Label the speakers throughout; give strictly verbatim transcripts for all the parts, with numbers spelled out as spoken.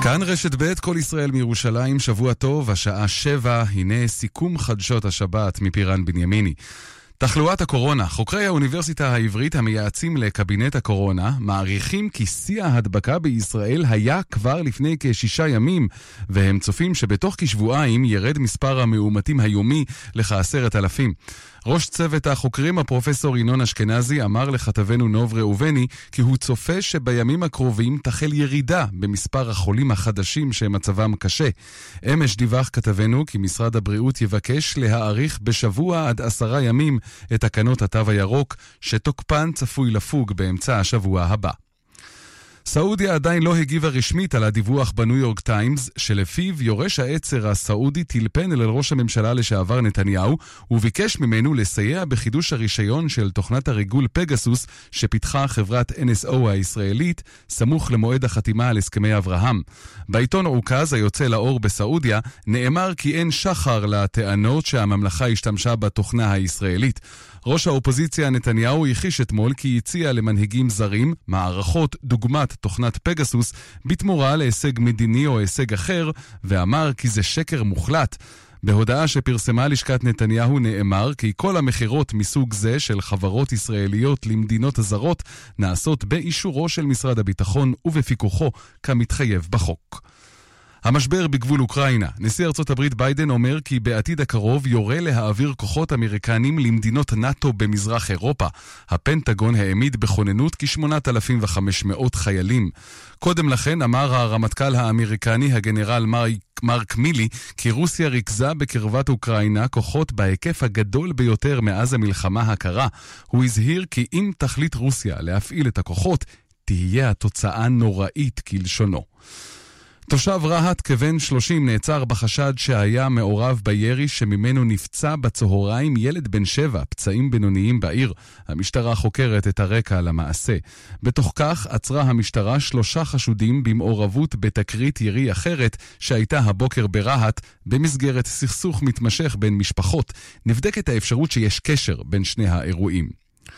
Speaker 1: כאן רשת ב' כל ישראל מירושלים, שבוע טוב, השעה שבע, הנה סיכום חדשות השבת מפירן בנימיני. תחלואת הקורונה. חוקרי האוניברסיטה העברית המייעצים לקבינט הקורונה מעריכים כי שיא ההדבקה בישראל היה כבר לפני כשישה ימים, והם צופים שבתוך כשבועיים ירד מספר המאומתים היומי לכעשרת אלפים. ראש צוות החוקרים הפרופסור ינון אשכנזי אמר לכתבנו נוב ראובני כי הוא צופה שבימים הקרובים תחל ירידה במספר החולים החדשים שמצבם קשה. אמש דיווח כתבנו כי משרד הבריאות יבקש להאריך בשבוע עד עשרה ימים את תקנות התו הירוק שתוקפן צפוי לפוג באמצע השבוע הבא. סעודיה עדיין לא הגיבה רשמית על הדיווח בניו יורק טיימס, שלפיו יורש העצר הסעודי טלפן אל ראש הממשלה לשעבר נתניהו, וביקש ממנו לסייע בחידוש הרישיון של תוכנת הריגול פגסוס, שפיתחה חברת אן אס או הישראלית, סמוך למועד החתימה על הסכמי אברהם. בעיתון עוקז היוצא לאור בסעודיה, נאמר כי אין שחר לטענות שהממלכה השתמשה בתוכנה הישראלית. ראש האופוזיציה נתניהו הכחיש אתמול כי הציע למנהיגים זרים מערכות דוגמת תוכנת פגסוס בתמורה להישג מדיני או הישג אחר, ואמר כי זה שקר מוחלט. בהודעה שפרסמה לשכת נתניהו נאמר כי כל המחירות מסוג זה של חברות ישראליות למדינות הזרות נעשות באישורו של משרד הביטחון ובפיקוחו כמתחייב בחוק. המשבר בגבול אוקראינה. נשיא ארצות הברית ביידן אומר כי בעתיד הקרוב יורה להעביר כוחות אמריקנים למדינות נאטו במזרח אירופה. הפנטגון העמיד בכוננות כ-שמונת אלפים וחמש מאות חיילים. קודם לכן אמר הרמטכ"ל האמריקני הגנרל מרק, מרק מילי כי רוסיה ריכזה בקרבת אוקראינה כוחות בהיקף הגדול ביותר מאז המלחמה הקרה. הוא הזהיר כי אם תחליט רוסיה להפעיל את הכוחות, תהיה התוצאה נוראית כלשונו. תושב רהט כבן שלושים נעצר בחשד שהיה מעורב בירי שממנו נפצע בצהריים ילד בן שבע, פצעים בינוניים בעיר. המשטרה חוקרת את הרקע למעשה. בתוך כך עצרה המשטרה שלושה חשודים במעורבות בתקרית ירי אחרת שהייתה הבוקר ברהט במסגרת סכסוך מתמשך בין משפחות. נבדקת האפשרות שיש קשר בין שני האירועים.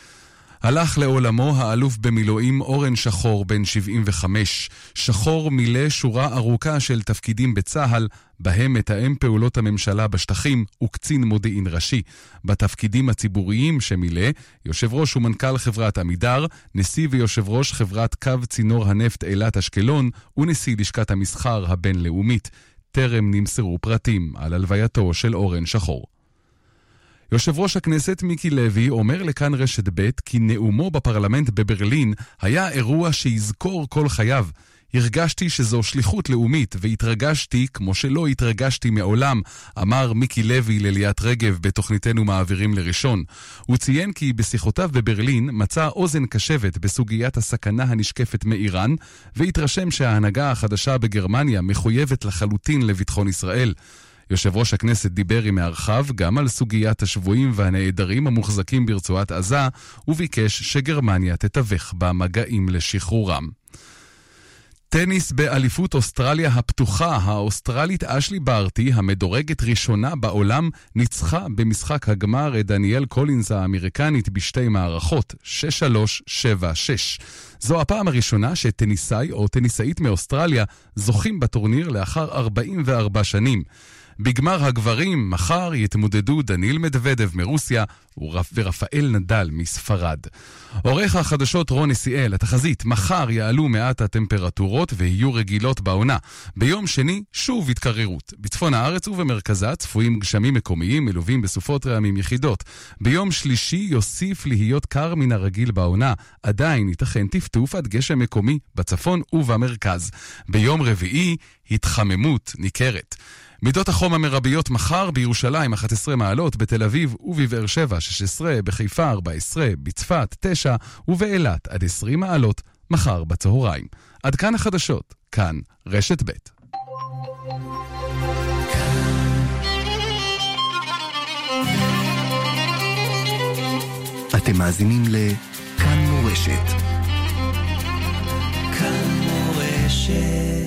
Speaker 1: הלך לעולמו האלוף במילואים אורן שחור בן שבעים וחמש. שחור מילא שורה ארוכה של תפקידים בצהל, בהם מתאם פעולות הממשלה בשטחים וקצין מודיעין ראשי. בתפקידים הציבוריים שמילא, יושב ראש ומנכ"ל חברת עמידר, נשיא ויושב ראש חברת קו צינור הנפט אילת אשקלון ונשיא לשכת המסחר הבינלאומית. טרם נמסרו פרטים על הלווייתו של אורן שחור. יושב ראש הכנסת מיקי לוי אומר לכאן רשת ב' כי נאומו בפרלמנט בברלין היה אירוע שיזכור כל חייו. הרגשתי שזו שליחות לאומית והתרגשתי כמו שלא התרגשתי מעולם, אמר מיקי לוי לליאת רגב בתוכניתנו מעבירים לראשון. הוא ציין כי בשיחותיו בברלין מצא אוזן קשבת בסוגיית הסכנה הנשקפת מאיראן, והתרשם שההנהגה החדשה בגרמניה מחויבת לחלוטין לביטחון ישראל. יושב ראש הכנסת דיבר עם מערחיו גם על סוגיית השבויים והנעדרים המוחזקים ברצועת עזה, וביקש שגרמניה תתווך במגעים לשחרורם. טניס באליפות אוסטרליה הפתוחה. האוסטרלית אשלי בארטי, המדורגת ראשונה בעולם, ניצחה במשחק הגמר את דניאל קולינס האמריקנית בשתי מערכות, שש שלוש שבע שש. זו הפעם הראשונה שטניסאי או טניסאית מאוסטרליה זוכים בטורניר לאחר ארבעים וארבע שנים. בגמר הגברים מחר יתמודדו דניל מדוודב מרוסיה ורפאל נדל מספרד. עורך החדשות רון נסיאל, התחזית, מחר יעלו מעט הטמפרטורות ויהיו רגילות בעונה. ביום שני שוב התקררות. בצפון הארץ ובמרכזה צפויים גשמים מקומיים מלווים בסופות רעמים יחידות. ביום שלישי יוסיף להיות קר מן הרגיל בעונה. עדיין ייתכן טפטוף עד גשם מקומי בצפון ובמרכז. ביום רביעי התחממות ניכרת. מידות החום המרביות מחר בירושלים אחת עשרה מעלות, בתל אביב ובבאר שבע שש עשרה, בחיפה ארבע עשרה, בצפת תשע ובאילת עד עשרים מעלות מחר בצהריים. עד כאן החדשות, כאן רשת ב'.
Speaker 2: אתם מאזינים לכאן מורשת. כאן מורשת.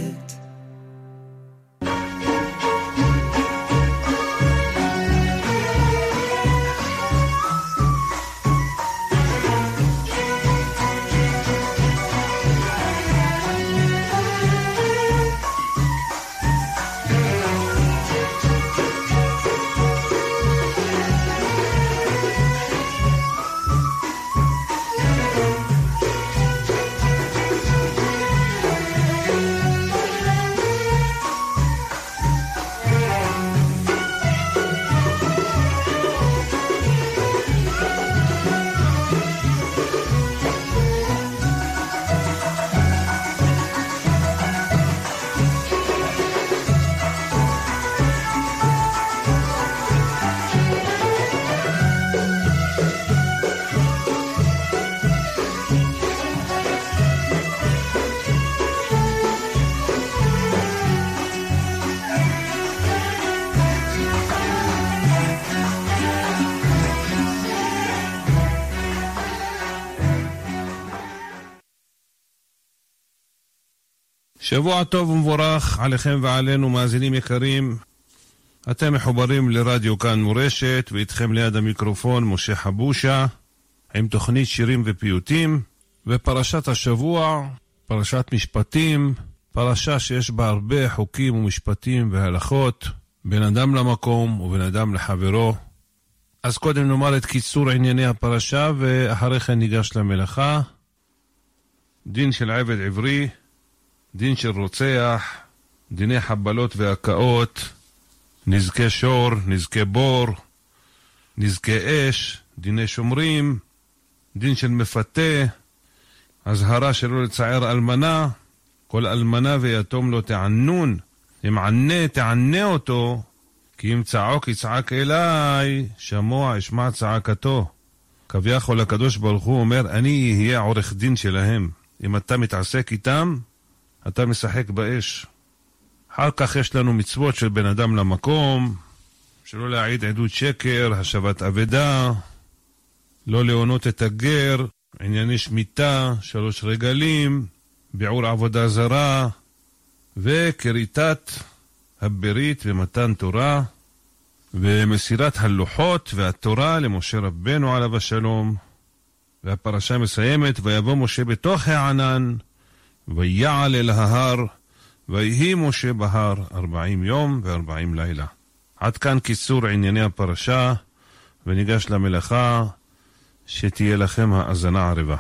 Speaker 3: שבוע טוב ומבורך עליכם ועלינו, מאזינים יקרים. אתם מחוברים לרדיו כאן מורשת, ואיתכם ליד המיקרופון משה חבושה, עם תוכנית שירים ופיוטים. ופרשת השבוע, פרשת משפטים, פרשה שיש בה הרבה חוקים ומשפטים והלכות, בין אדם למקום ובין אדם לחברו. אז קודם נאמר את קיצור ענייני הפרשה, ואחרי כן ניגש למלאכה. דין של עבד עברי, דין של רוצח, דיני חבלות והקאות, נזקי שור, נזקי בור, נזקי אש, דיני שומרים, דין של מפתה, הזהרה שלא לצער אלמנה, כל אלמנה ויתום לא תענון, אם ענה תענה אותו, כי אם צעוק יצעק אליי, שמוע אשמע צעקתו. כביכול הקדוש ברוך הוא אומר, אני אהיה עורך דין שלהם. אם אתה מתעסק איתם, אתה משחק באש. אחר כך יש לנו מצוות של בן אדם למקום, שלא להעיד עדות שקר, השבת אבדה, לא להונות את הגר, ענייני שמיטה, שלוש רגלים, ביעור עבודה זרה, וכריתת הברית ומתן תורה, ומסירת הלוחות והתורה למשה רבנו עליו השלום. והפרשה מסיימת, ויבוא משה בתוך הענן, ויעל אל ההר, ויהי משה בהר ארבעים יום וארבעים לילה. עד כאן קיצור ענייני הפרשה, וניגש למלאכה, שתהיה לכם האזנה ערבה.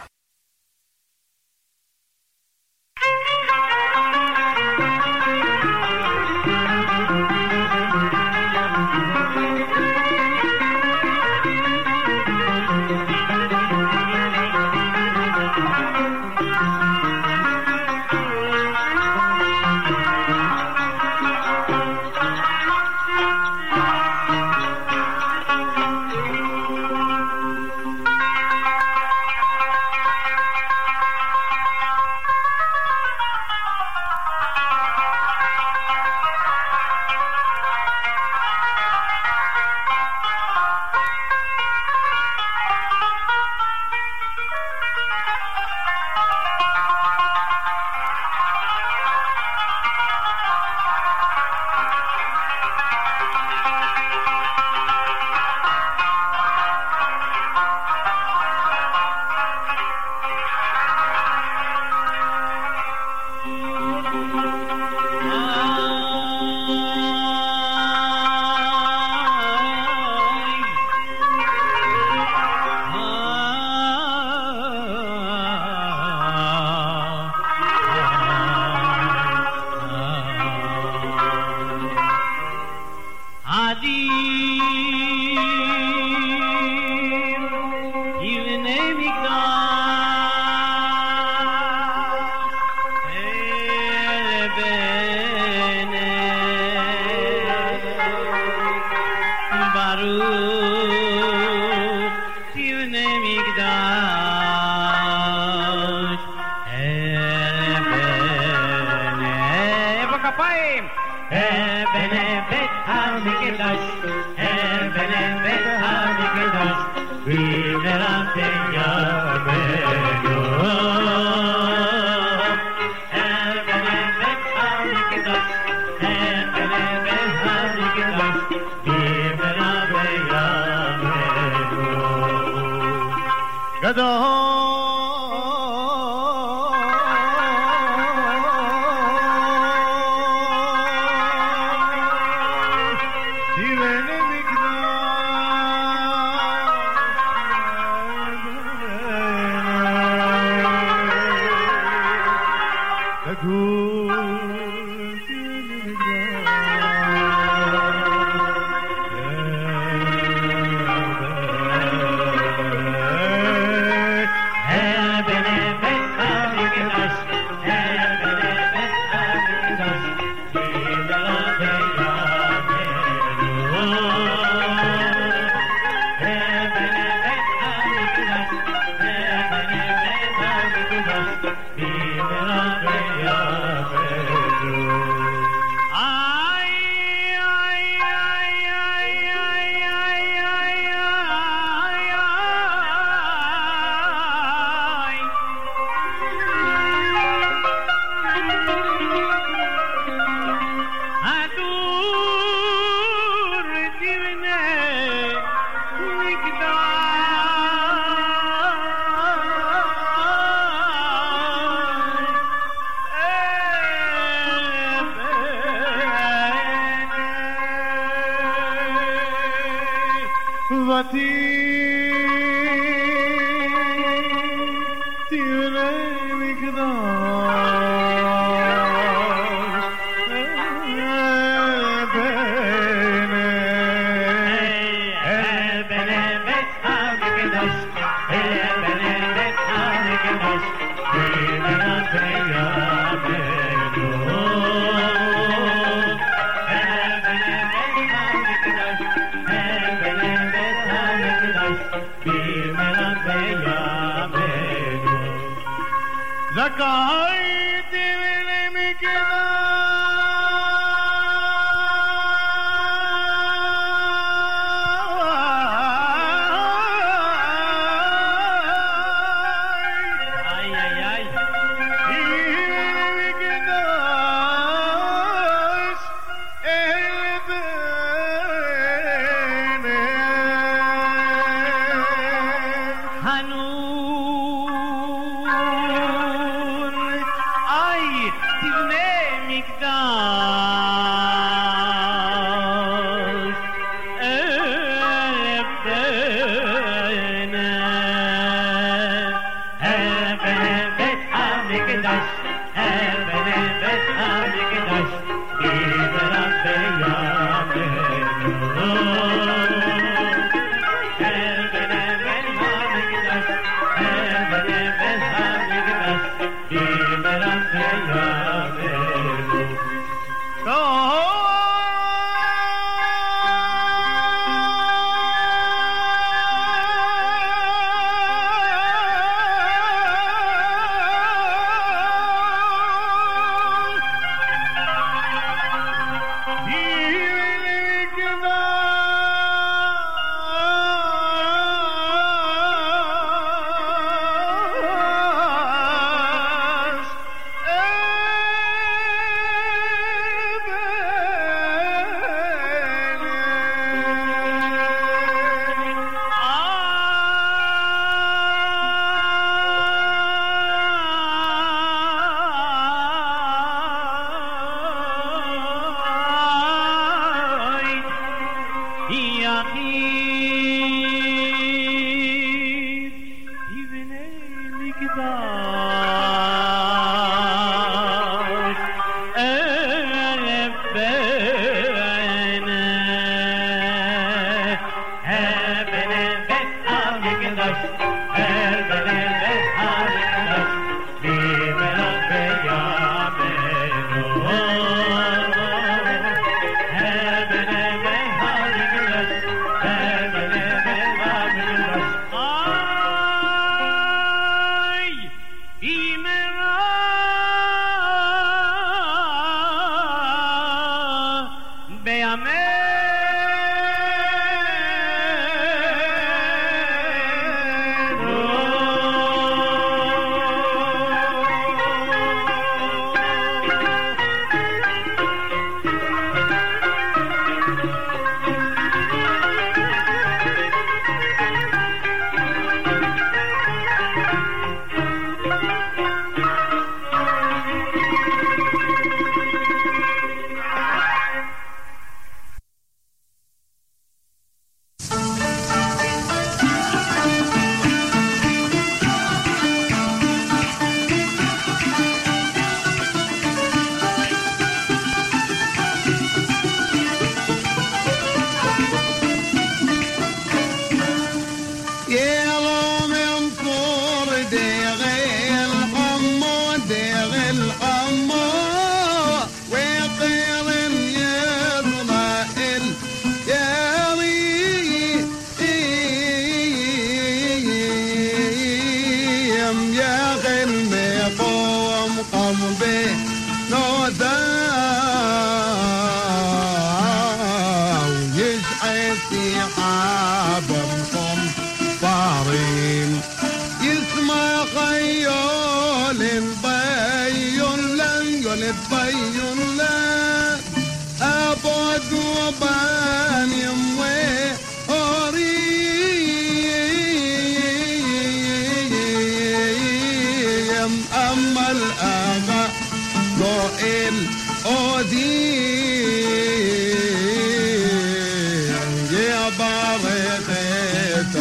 Speaker 4: ورثت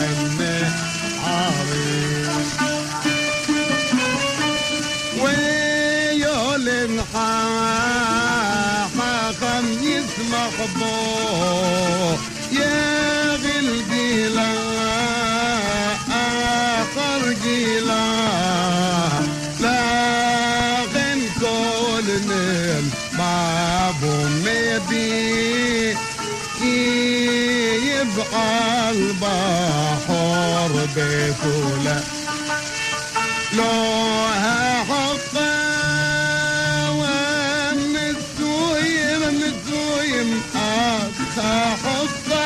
Speaker 4: النعارين ويولن حاخم يسمح بو يا غلقيلا آخر قيلا لا غن كولن بابو ميدي يبقى البحر بكولا لو حقا والنسويم النسويم أخا حقا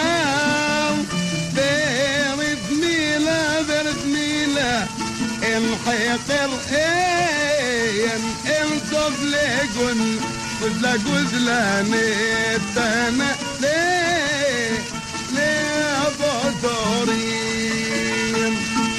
Speaker 4: بيرد ميلا بيرد ميلا الحقر اين انصف لقن وزلا قزلاني التنا ليه ليه بطورين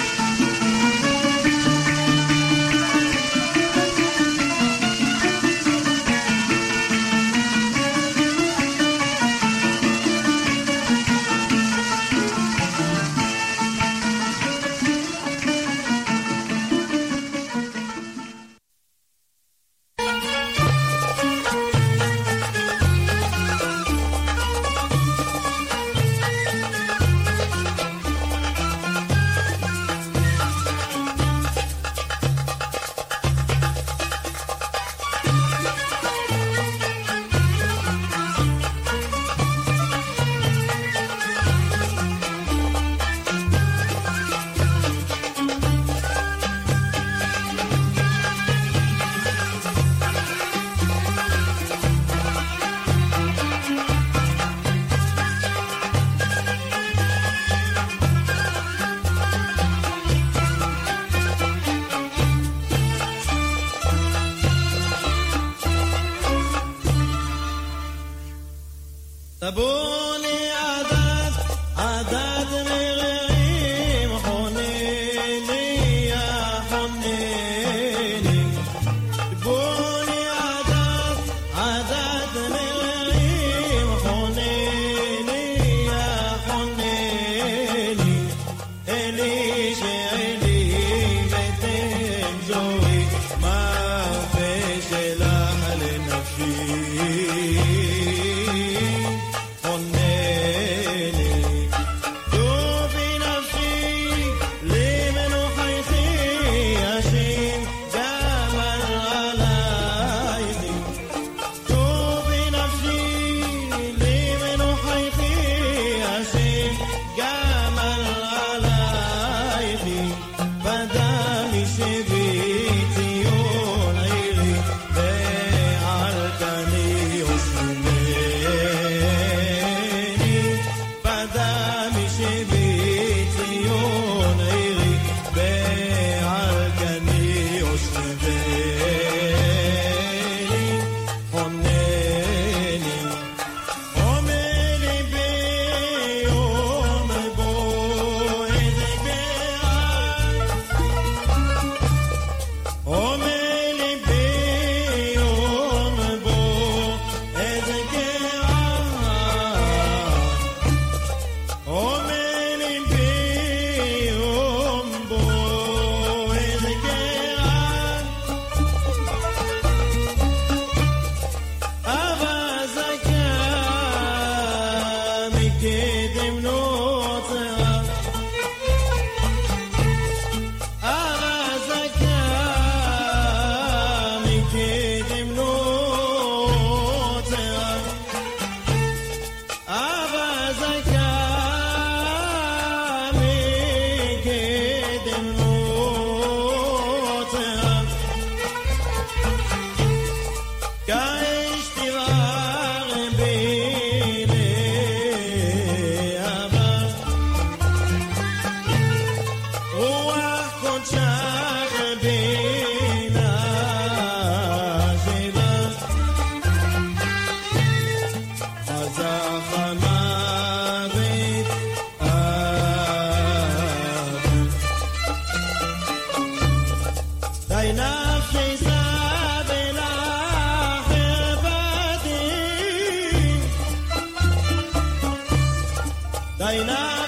Speaker 5: تبوني عدد عدد مغيم حنيني يا حنيني تبوني عدد عدد مغيم حنيني يا حنيني إلي شعلي بيتم زوي ما في شلح لنفسي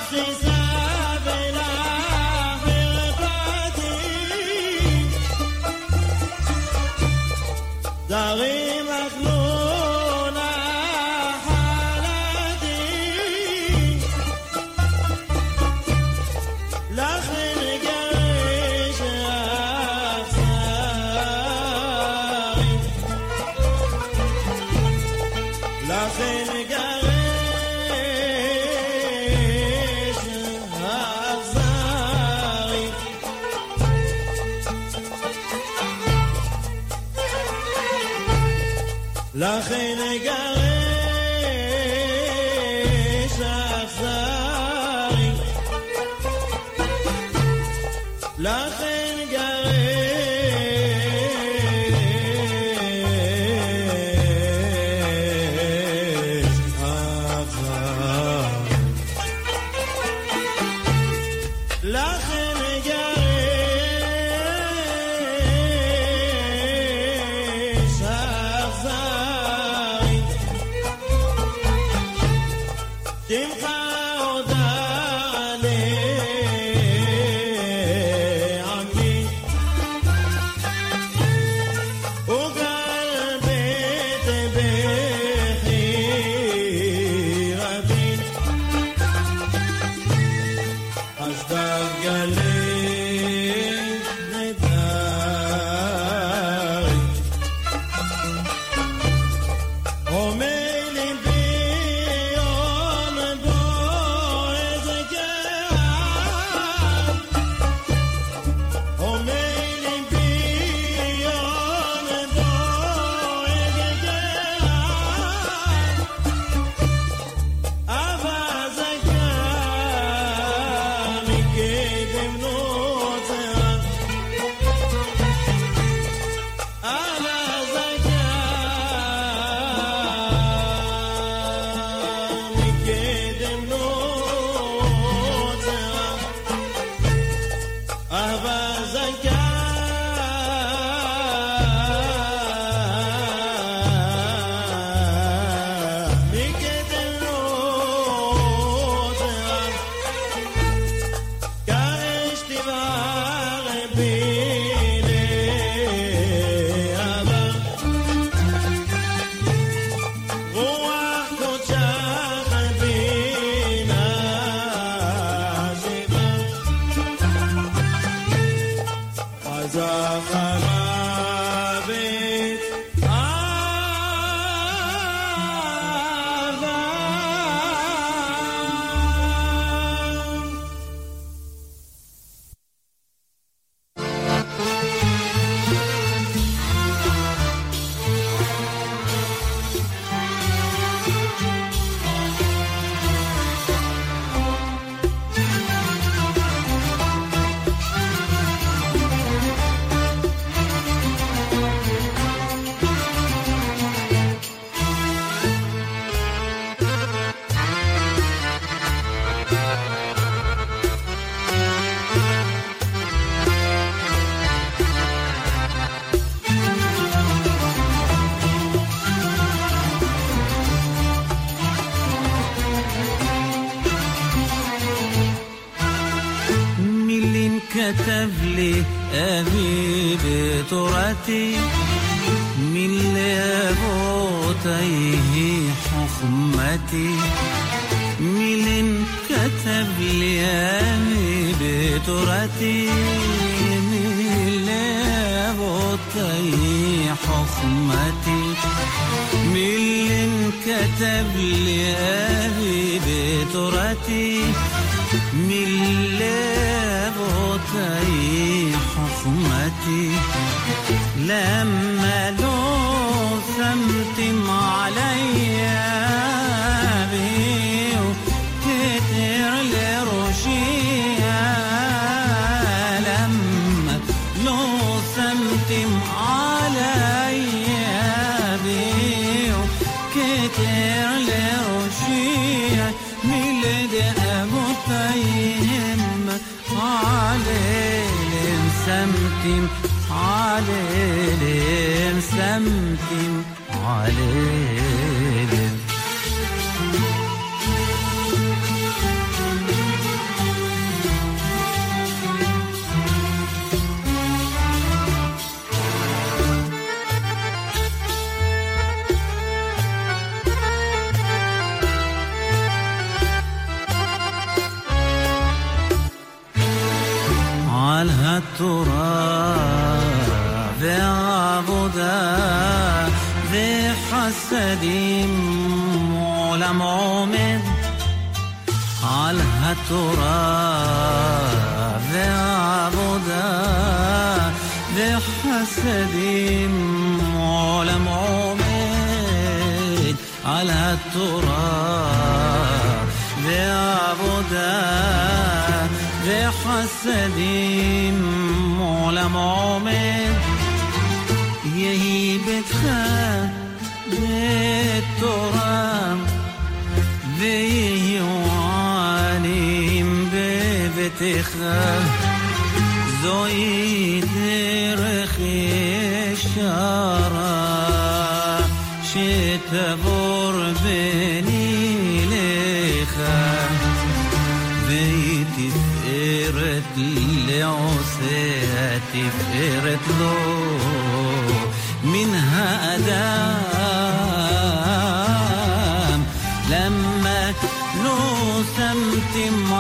Speaker 5: לכן גרש אכזרי, לכן גרש אכזרי, לכן גרש אכזרי. תמחה הודעה לעמי וגל בית בחירתי אז תגלה נדרי אומר לי ביום בו איזה גאה אומר לי ביום בו איזה גאה אבל זה גאה מקדם נוצרה אבל זה גאה מקדם נוצרה אבל זה גאה מקדם נוצרה גרש תיבר ביני אבא רוח קודשך בינה שבא אז אחריו
Speaker 6: מילים כתב לי אבי בתורתי מלאבותיי חוכמתי מילים כתב לי אבי בתורתי מלאבותיי חוכמתי מילים כתב לי אבי בתורתי ملابوتي حكمتي لما لو ثمتم عليا بيو كتر لرشيا لما لو ثمتم عليا بيو كتر لرشيا ملد أبوتيهم عليهم سمتم عليهم سمتم عليهم התורה והעבודה וחסדים עולם עומד על התורה והעבודה וחסדים עולם עומד על התורה והעבודה וחסדים עולם עומד יהי ביתך בית תורה ויהיו עניים בביתך זוהי דרך ישרה שתבור בני לך והיא תפארת לעושה תפארת לו מן האדם لما نسمتم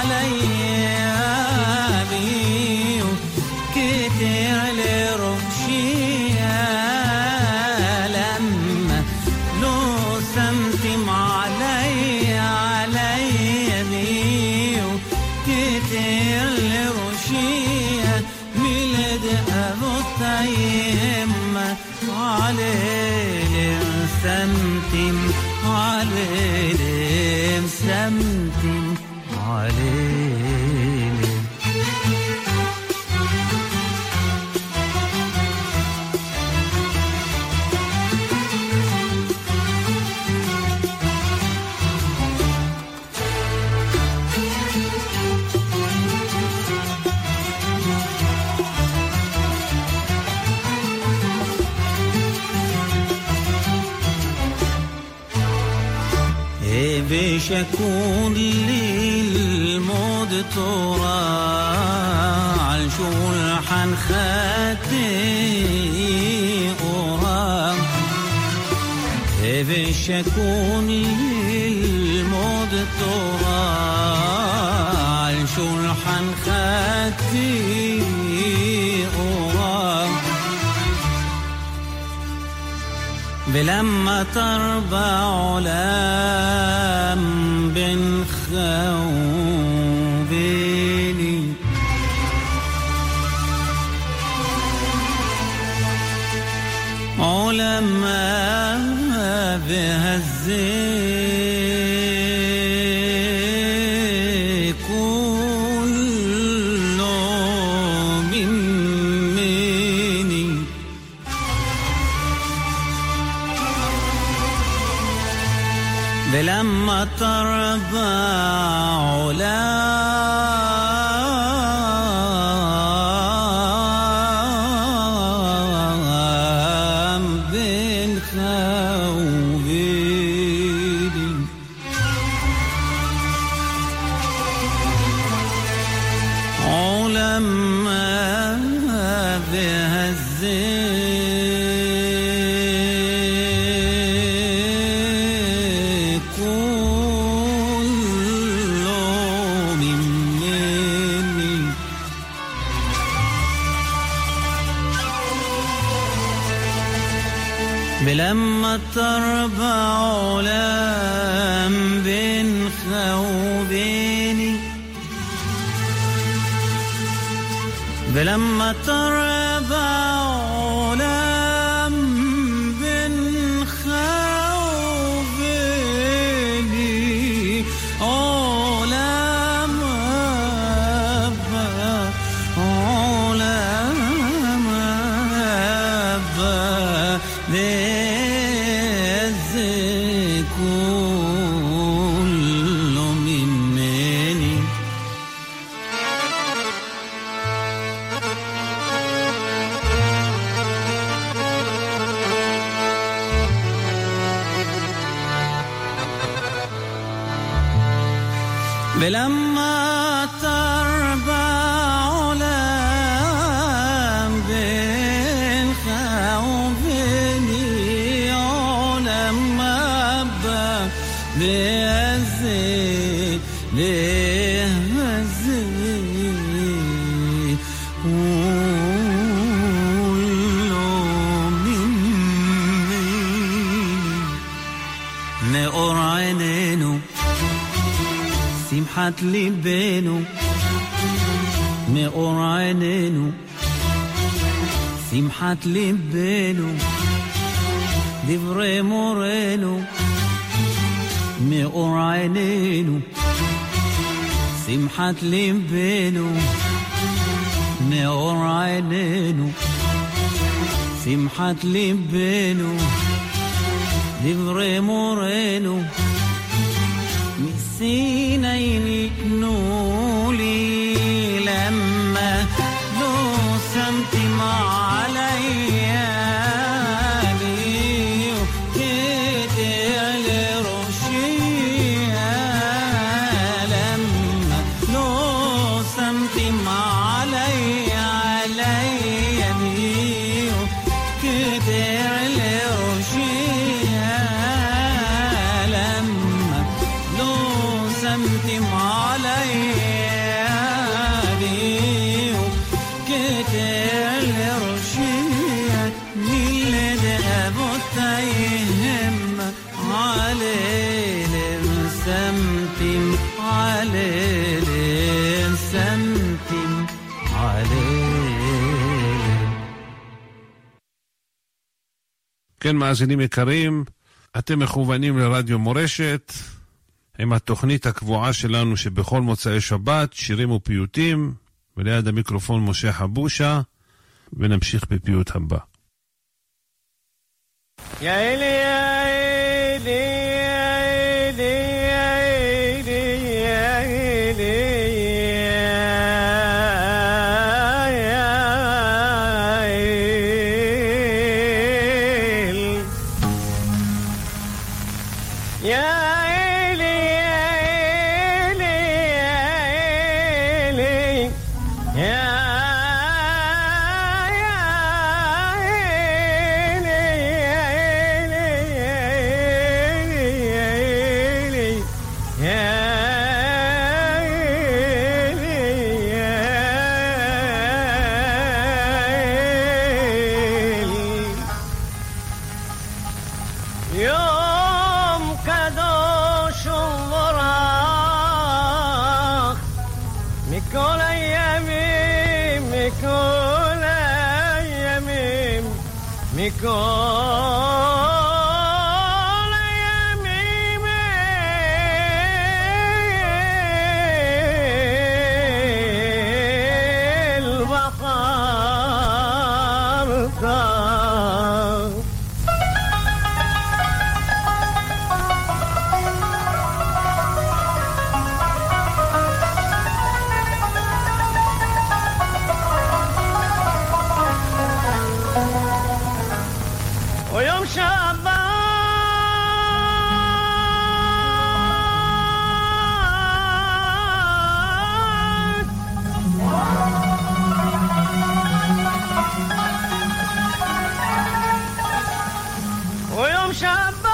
Speaker 6: عليها بيو كتير لرمشيها لما نسمتم عليها عليها بيو كتير لرمشيها ميلاد أبو الطيب عليهم سمتم عليهم سمتم عليهم بشكون للمود ترى على شلحن خاتي أورام بشكون للمود ترى على شلحن خاتي أورام بلما تربى علام بن خوبيني علماء بهزي كل من مني بلما تربى علام بن خوبيني علماء بهزي لما تربى علام بن خوبيني بلما تربى علام بن خوبيني علام علام بلما تربى علام بن خوبيني علام أبا بهزي بهزي שמחת ליבנו, מאור עינינו, שמחת ליבנו, דברי מורנו, מאור עינינו, שמחת ליבנו, מאור עינינו, שמחת ליבנו, דברי מורנו, מסיני ניתנו לי למה לא שמתם עלי ידי וכתר לראשי למה לא שמתם עלי עלי ידי וכתר לראשי למה לא שמתם עלי ידי וכתר לראשי מילד אבותיהם עליהם שמתם עליהם שמתם עליהם.
Speaker 3: כן, מאזינים יקרים, אתם מכוונים לרדיו מורשת עם התוכנית הקבועה שלנו שבכל מוצאי שבת, שירים ופיוטים, וליד המיקרופון משה חבושה, ונמשיך בפיוט הבא.
Speaker 5: يا إلي يا إلي يا إلي يا إلي يا إلي يا כל הימים אל בחרת ويوم شعبان ويوم شعبان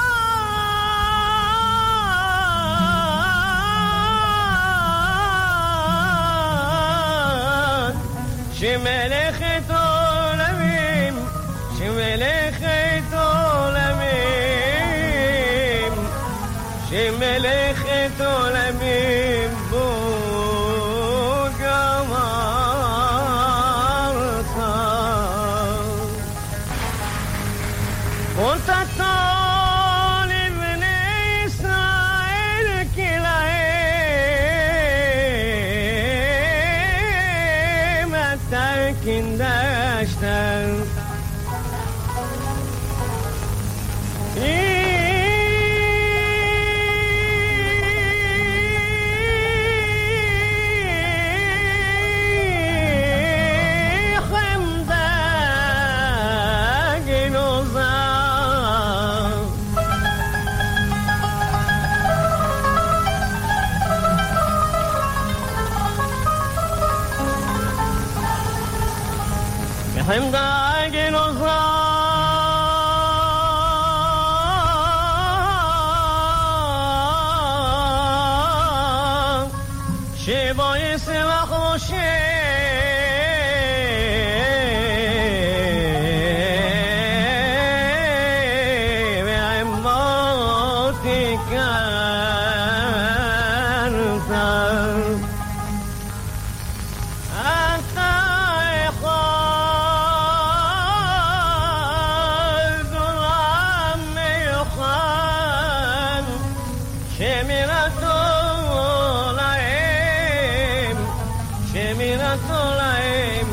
Speaker 5: شملخت عالمين شملخت عالمين شملخت عالمين بجمارتها وانت طالب من إسرائيل كلاهيم التاكين داشتن حمدا جنوزا شبای سوخ و شیب عماتی کرتا התולעים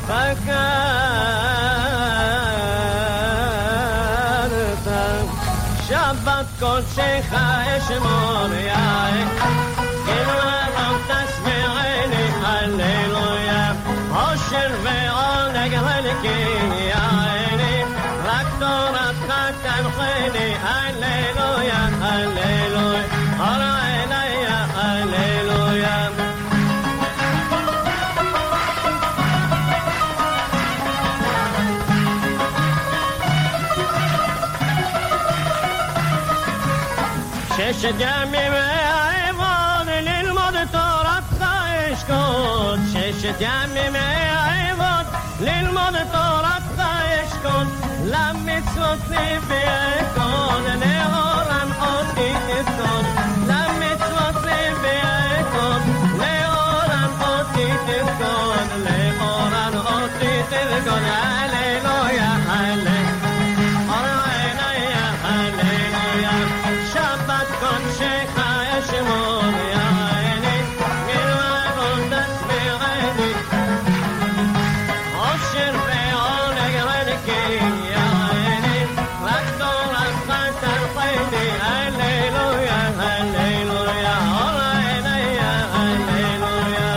Speaker 5: פקדת שבת קודשך אשמור יאי גלרם תסביעני הללויה עושר ועונג חלקי יאיני רק תורתך תנחני הללויה הללויה הללויה הללויה ששת ימים העבוד ללמוד תורתך אשכון ששת ימים העבוד ללמוד תורתך אשכון למצוות ליבי אכון לאורם אותי תזכון למצוות ליבי אכון לאורם אותי תזכון לאורם אותי תזכון הללויה הללויה שבת קודשך אשמור יעני גלרם תסביעני עושר ועונג חלקי יעני רק תורתך תנחני הללויה הללויה הללויה הללויה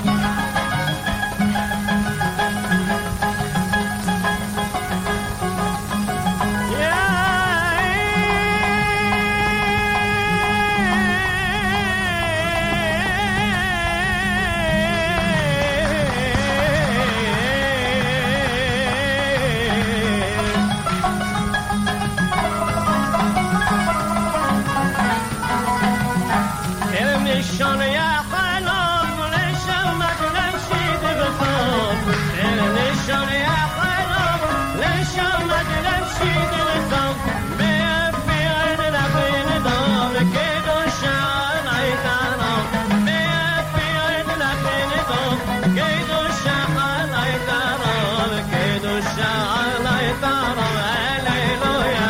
Speaker 5: לישון יא חלום לשמת נפשי תרצות לישון יא חלום לשמת נפשי תרצות באפיר נדפין דום קדושה עלי תרום באפיר נדפין דום קדושה עלי תרום קדושה עלי תרום הללויה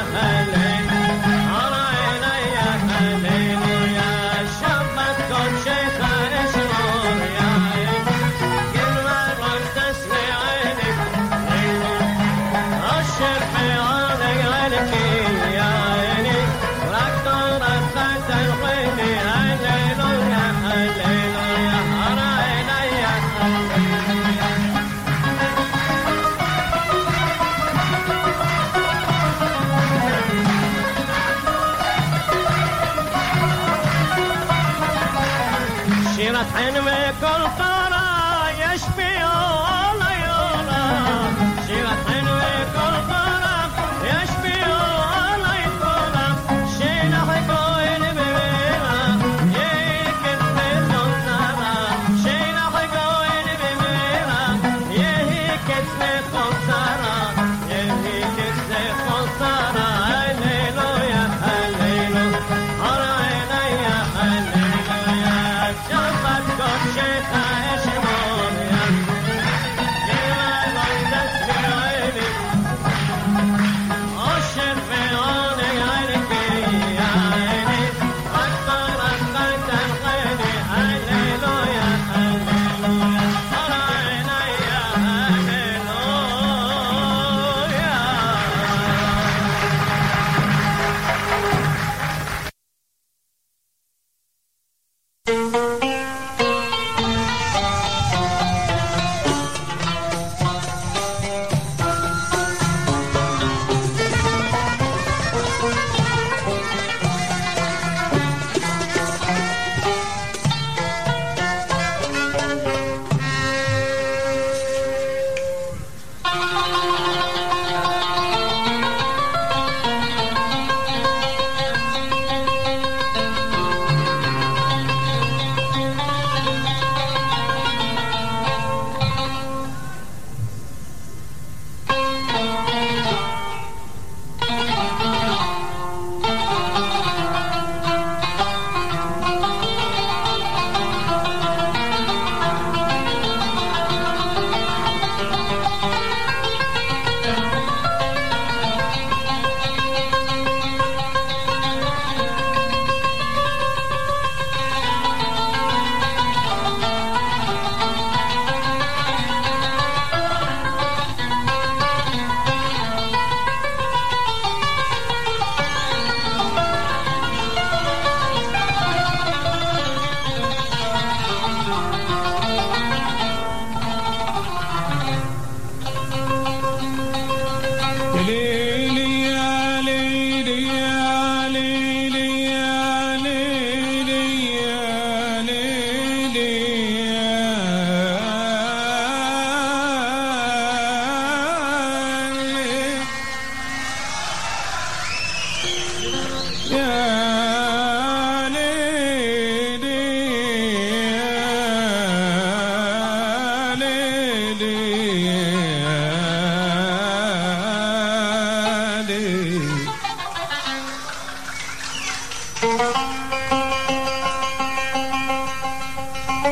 Speaker 5: הללויה הללויה שבת קודשך אשמור יעני גלרם תסביעני עושר ועונג חלקי יעני רק תורתך תנחני הללויה הללויה הללויה שירת חן וכל תורה ישפיעו על היונה שירת חן וכל תורה ישפיעו על היונה שנחקו אל במהרה יהי קץ לכל צרה שנחקו אל במהרה יהי קץ לכל צרה יהי קץ לכל צרה הללויה הללויה הללויה הללויה שבת קודשך אשמור יעני גלרם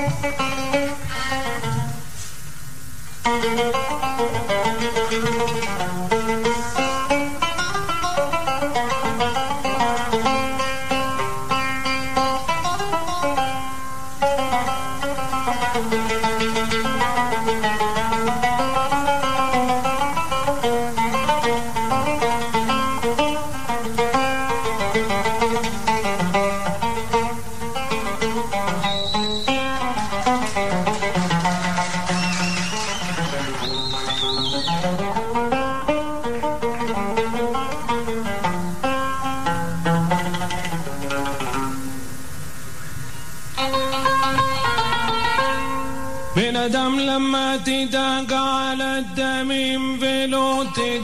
Speaker 7: بن أدم لما تداق على الدميم فلو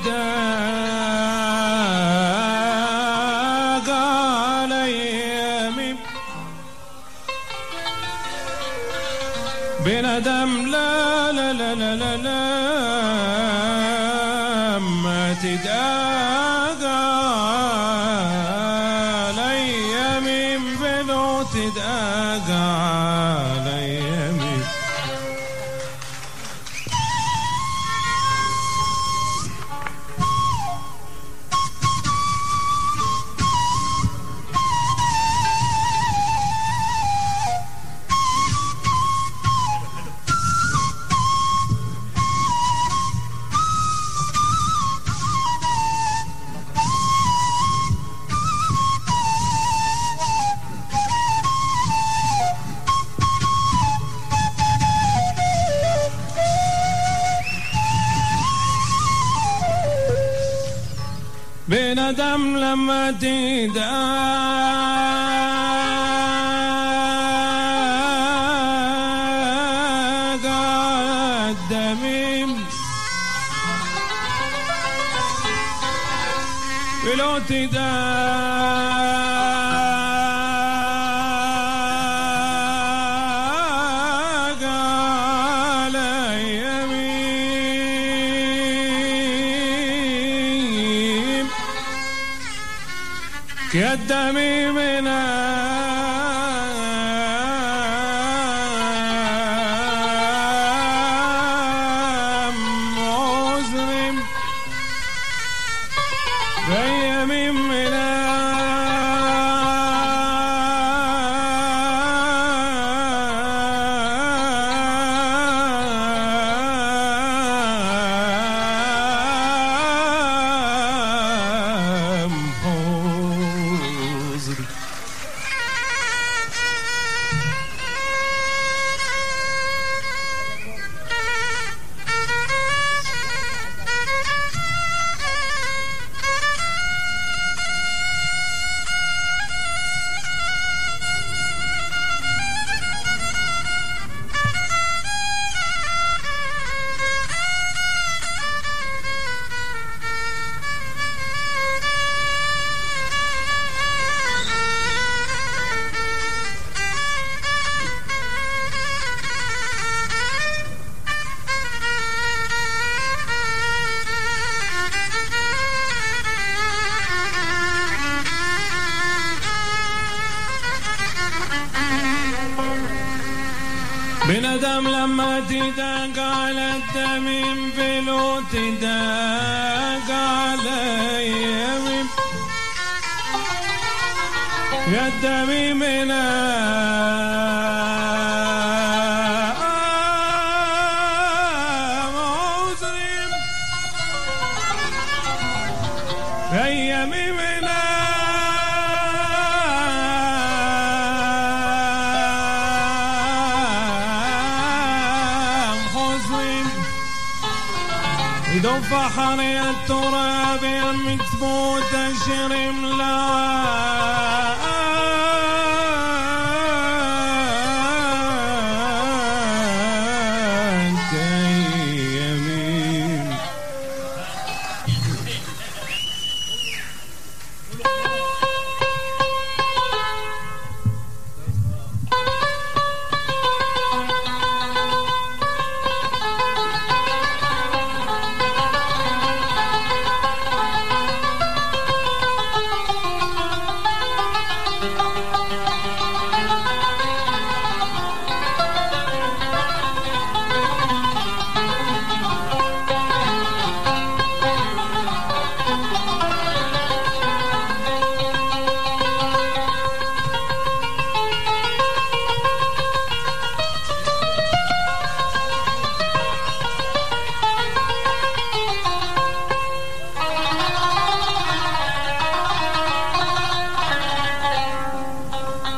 Speaker 7: تداق على يمين بن أدم لا لا لا لا لا لما تداق على يمين فلو تداق على يمين بن أدم لما تداق الدميم ولو تداق على يمين كالدمي من مسلم غيمي من بن أدم لما تداق على الدميم فلو تداق على يمين يا الدميم من مسلم يا يمين من يدفع حري التراب يم تبوت شرم لا يمين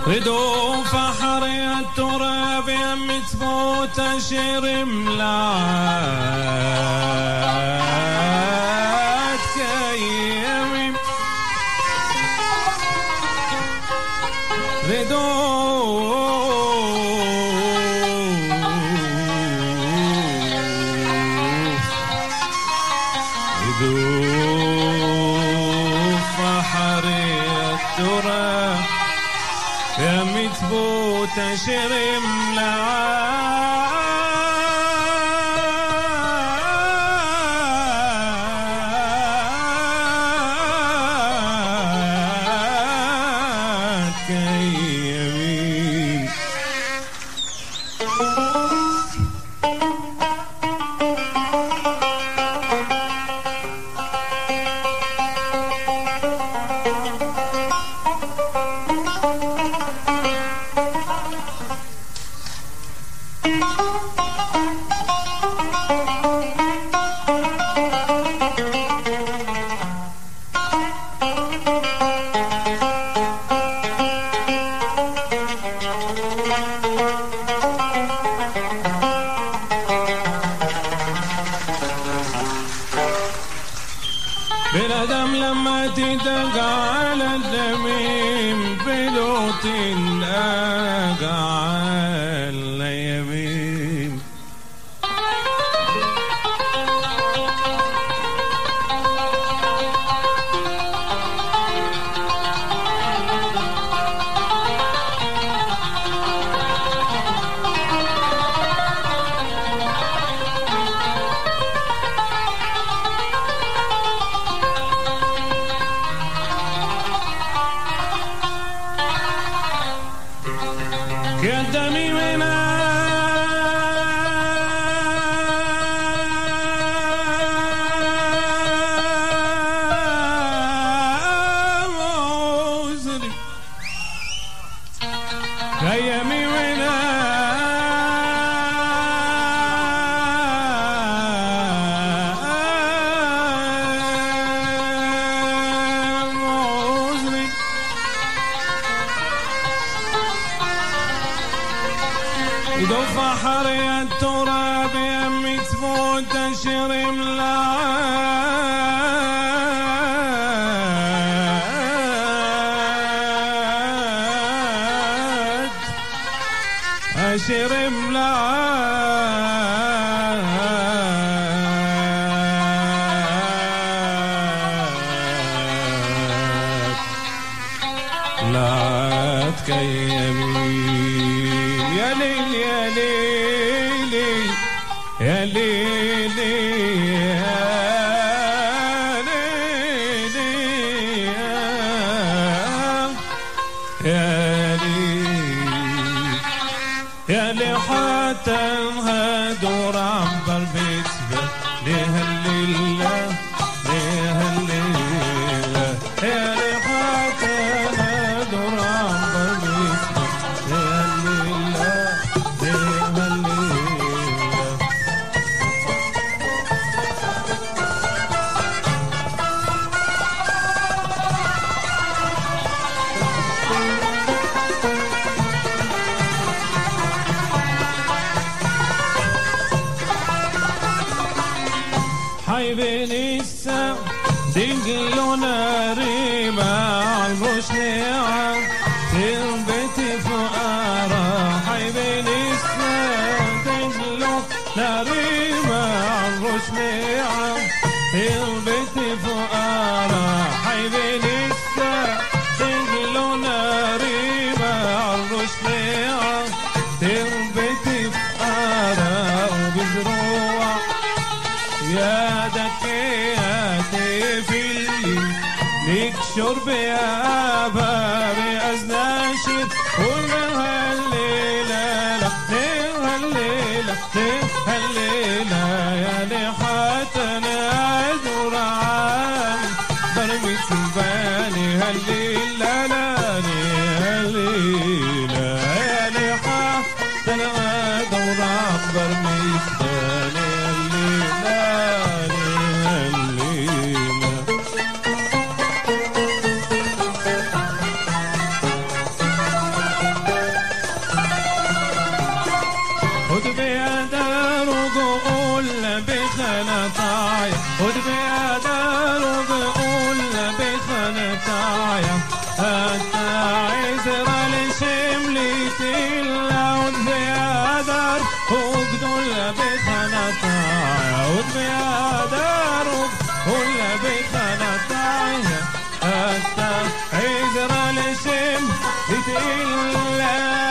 Speaker 7: ردوف حري التراب يمت فوت شير ملات كيمي ردوف ردوف حري التراب يا مثبوت شرم لعاك يمين بالأدم لما تدق على اليمين بلوت الأقع على اليمين قدامي وينا موزري ايامي وينا موزري يدوف حري التراب يمي تفوت شرم لعاد شرم لعاد لعاد كيمين يا ليل يا ليل يا ليل يا ليل يا لي حتى هدور عبر بيتبه لهالليلة لهالليلة يا لي حتى هدور عبر بيتبه لهالليلة لهالليلة حيبني السم دقلونا ريبا عالبوشنيعة تربتي فقارة حيبني السم دقلونا ريبا عالبوشنيعة تربتي فقارة حيبني السم دقلونا ريبا عالبوشنيعة تربتي فقارة وبزروع يا دكياتي في الليل ليك شرب يا بابي أزناشد ومن هالليلة لا هالليلة هالليلة يا لحاتنا أدور عام برمي سلباني هالليلة لا هالليلة يا لحاتنا أدور عام برمي سلباني بيدار وقول بخنطايا خد بيدار وقول بخنطايا حتى عزرا لشملتي اللون بيدار وقول بخنطايا خد بيدار وقول بخنطايا حتى عزرا لشملتي اللون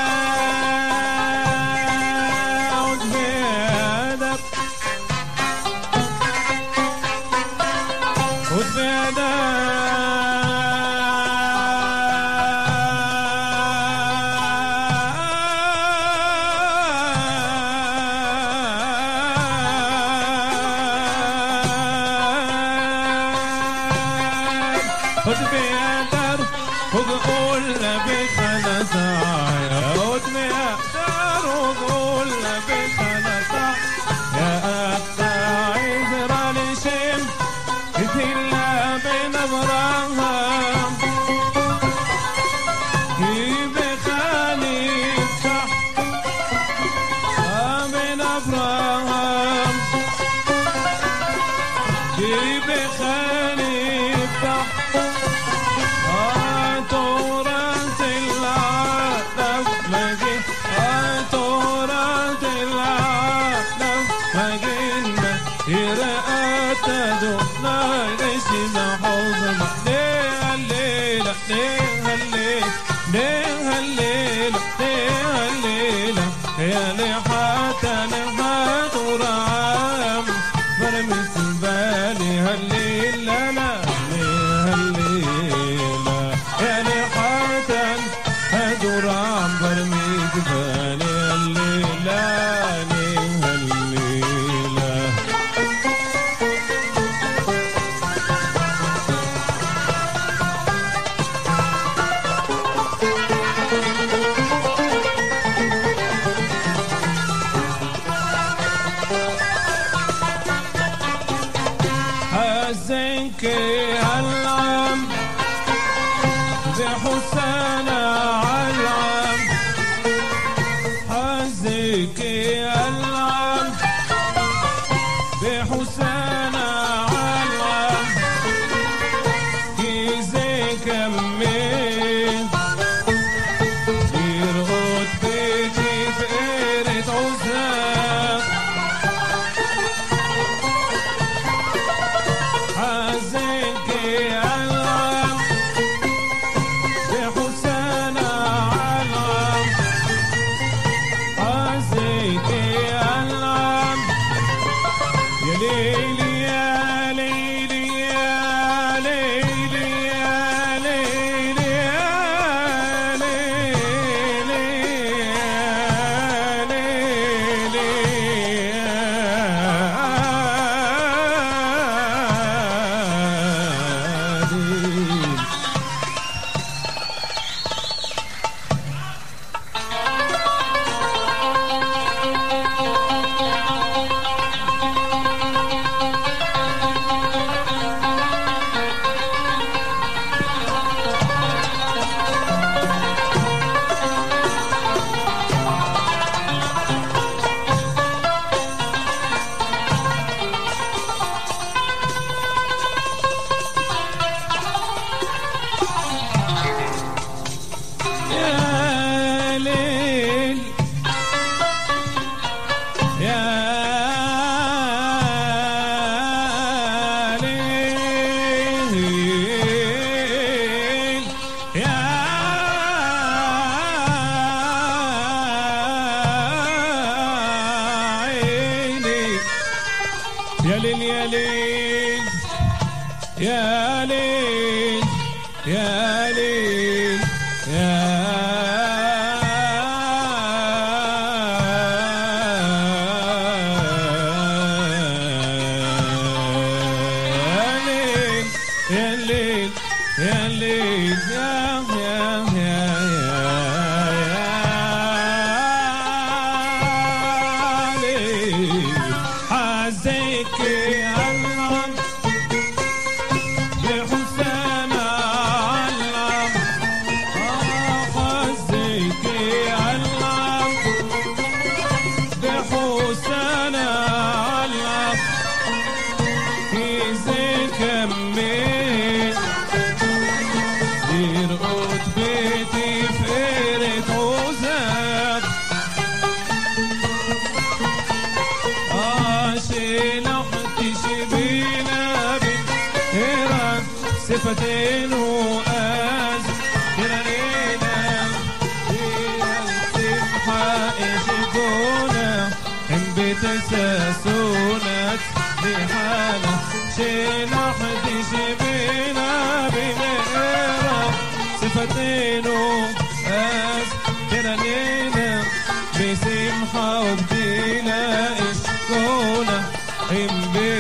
Speaker 7: شلحت شبينا بالإيران صفتين وآز كرانينا فيها السمحة إشكونا إن بتساسونا بحالة شلحت شبينا بالإيران صفتين وآز كرانينا بسمحة وبدينا إشكونا إن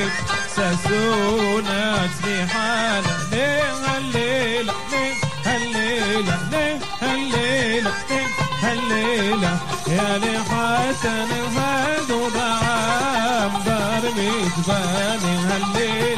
Speaker 7: بتساسونا بحالة ليه هالليلة ليه هالليلة ليه هالليلة ليه هالليلة يا لي حسن الهدو دعام دار متباني هالليلة